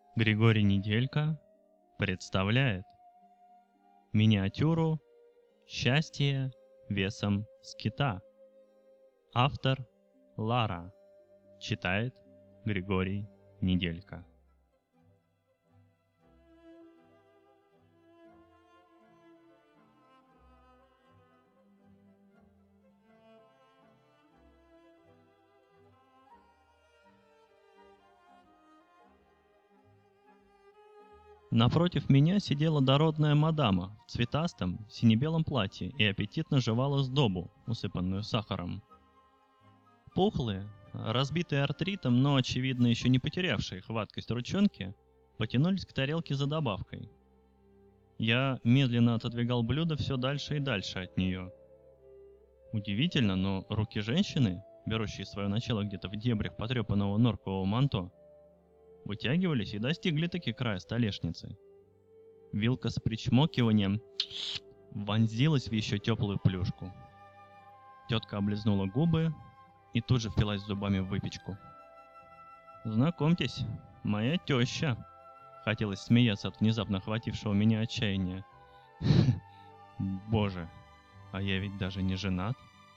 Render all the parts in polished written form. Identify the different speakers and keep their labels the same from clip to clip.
Speaker 1: Григорий Неделько представляет миниатюру «Счастье весом с кита». Автор Лара. Читает Григорий Неделько. Напротив меня сидела дородная мадама в цветастом сине-белом платье и аппетитно жевала сдобу, усыпанную сахаром. Пухлые, разбитые артритом, но, очевидно, еще не потерявшие хваткость ручонки, потянулись к тарелке за добавкой. Я медленно отодвигал блюдо все дальше и дальше от нее. Удивительно, но руки женщины, берущие свое начало где-то в дебрях потрепанного норкового манто, вытягивались и достигли таки края столешницы. Вилка с причмокиванием вонзилась в еще теплую плюшку. Тетка облизнула губы и тут же впилась зубами в выпечку. «Знакомьтесь, моя теща!» Хотелось смеяться от внезапно охватившего меня отчаяния. Боже, а я ведь даже не женат.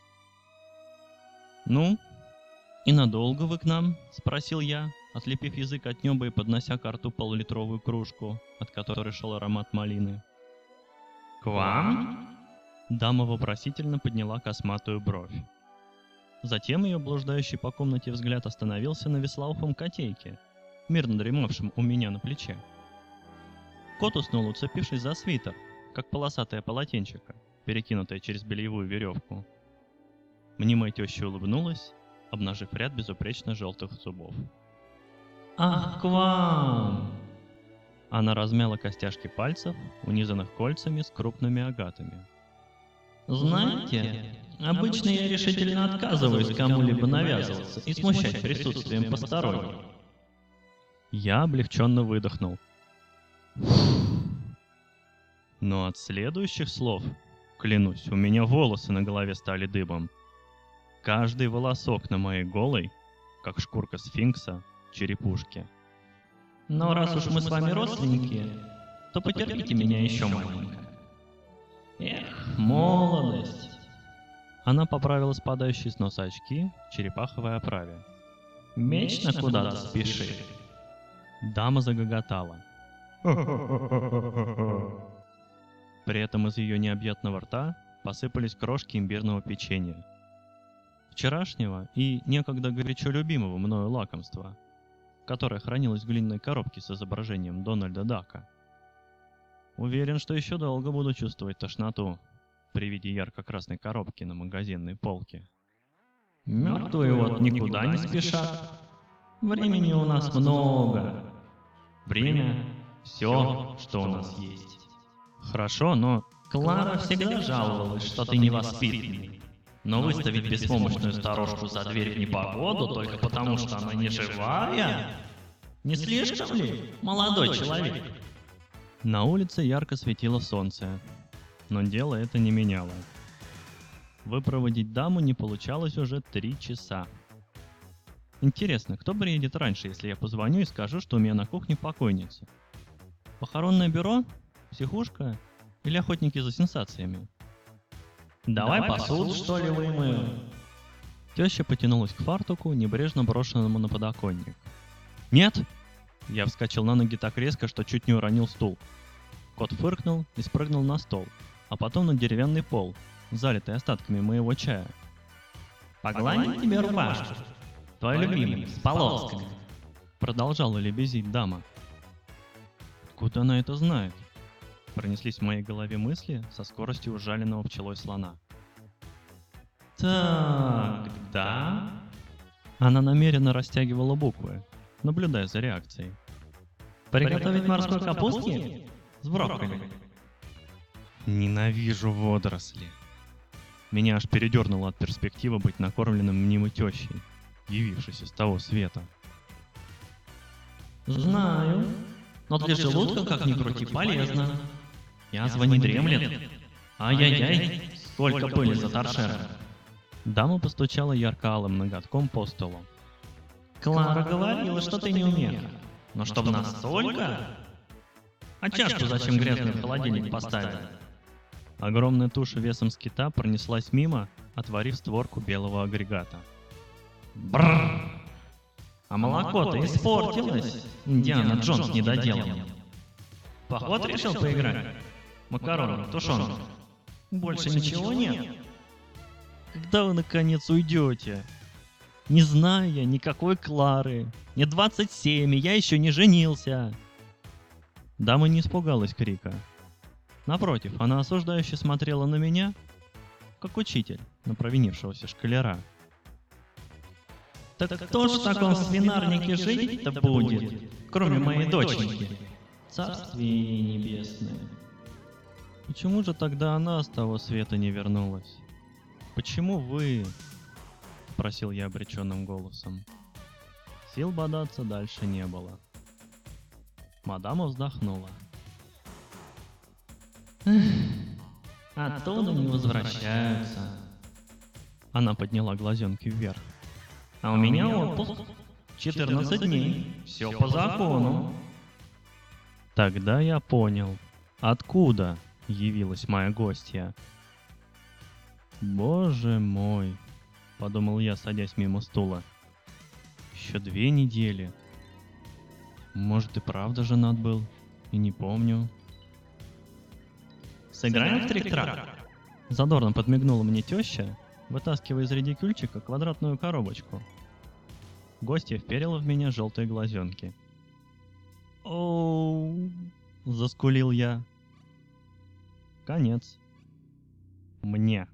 Speaker 1: «Ну, и надолго вы к нам?» — спросил я, отлепив язык от неба и поднося к рту полулитровую кружку, от которой шел аромат малины. «К вам?» Дама вопросительно подняла косматую бровь. Затем ее блуждающий по комнате взгляд остановился на веслоухом котейке, мирно дремавшем у меня на плече. Кот уснул, уцепившись за свитер, как полосатое полотенчико, перекинутое через бельевую веревку. Мнимая теща улыбнулась, обнажив ряд безупречно желтых зубов. «Ах, к вам!» Она размяла костяшки пальцев, унизанных кольцами с крупными агатами. «Знаете, обычно я решительно отказываюсь кому-либо навязываться и смущать присутствием посторонних». Я облегченно выдохнул. Но от следующих слов, клянусь, у меня волосы на голове стали дыбом. Каждый волосок на моей голой, как шкурка сфинкса, черепушки. «Но раз уж мы с вами родственники, то потерпите меня еще маленько». «Эх, молодость!» Она поправила спадающие с носа очки в черепаховой оправе. «Вечно куда-то спеши!» Дама загоготала. При этом из ее необъятного рта посыпались крошки имбирного печенья. Вчерашнего и некогда горячо любимого мною лакомства, которое хранилось в глиняной коробке с изображением Дональда Дака. Уверен, что еще долго буду чувствовать тошноту при виде ярко-красной коробки на магазинной полке. «Мертвые вот никуда не спешат. Времени у нас много. Время — все, что у нас есть». «Хорошо, но...» «Клара всегда жаловалась, что ты невоспитанный. Но выставить беспомощную старушку за дверь в непогоду только потому, что она не живая? Не слишком ли, молодой человек?» На улице ярко светило солнце, но дело это не меняло. Выпроводить даму не получалось уже 3 часа. Интересно, кто приедет раньше, если я позвоню и скажу, что у меня на кухне покойница? Похоронное бюро? Психушка? Или охотники за сенсациями? «Давай посуду, что ли, вымою?» Теща потянулась к фартуку, небрежно брошенному на подоконник. «Нет!» Я вскочил на ноги так резко, что чуть не уронил стул. Кот фыркнул и спрыгнул на стол, а потом на деревянный пол, залитый остатками моего чая. «Погладить тебе рубашку, твою любимую, с полосками», продолжала лебезить дама. Откуда она это знает? Пронеслись в моей голове мысли со скоростью ужаленного пчелой слона. «Так, да?» Она намеренно растягивала буквы, наблюдая за реакцией. «Приготовить морской капустки с брокколи?» Ненавижу водоросли. Меня аж передернуло от перспективы быть накормленным мнимой тещей, явившейся с того света. «Знаю, но для желудка, как ни крути, полезно. Язва не дремлет. Ай-яй-яй, сколько пыли за торшером!» Дама постучала ярко-алым ноготком по столу. «Клара говорила, что ты не умеха. Но чтобы настолько? А чашку зачем грязную в холодильник поставили? Огромная туша весом с кита пронеслась мимо, отворив створку белого агрегата. Бррр! А молоко-то испортилось. Индиана Джонс не доделал. Поход решил поиграть? Макароны, тушенка. Больше ничего нет? Когда вы наконец уйдете? Не знаю я никакой Клары. Мне 27, и я еще не женился. Дама не испугалась крика. Напротив, она осуждающе смотрела на меня, как учитель на провинившегося школяра. Так кто ж в таком свинарнике жить-то будет, кроме моей доченьки? Царствие небесное. Почему же тогда она с того света не вернулась? Почему вы? Спросил я обреченным голосом. Сил бодаться дальше не было. Мадама вздохнула. Оттуда не возвращаются. Она подняла глазенки вверх. А у меня отпуск. 14 дней. Все по закону. Тогда я понял, откуда явилась моя гостья. Боже мой, подумал я, садясь мимо стула. Еще 2 недели. Может, и правда женат был, и не помню. Сыграем в трик-трак? Задорно подмигнула мне теща, вытаскивая из редикюльчика квадратную коробочку. Гостья вперила в меня желтые глазенки. «Оу!» — заскулил я. Конец. Мне.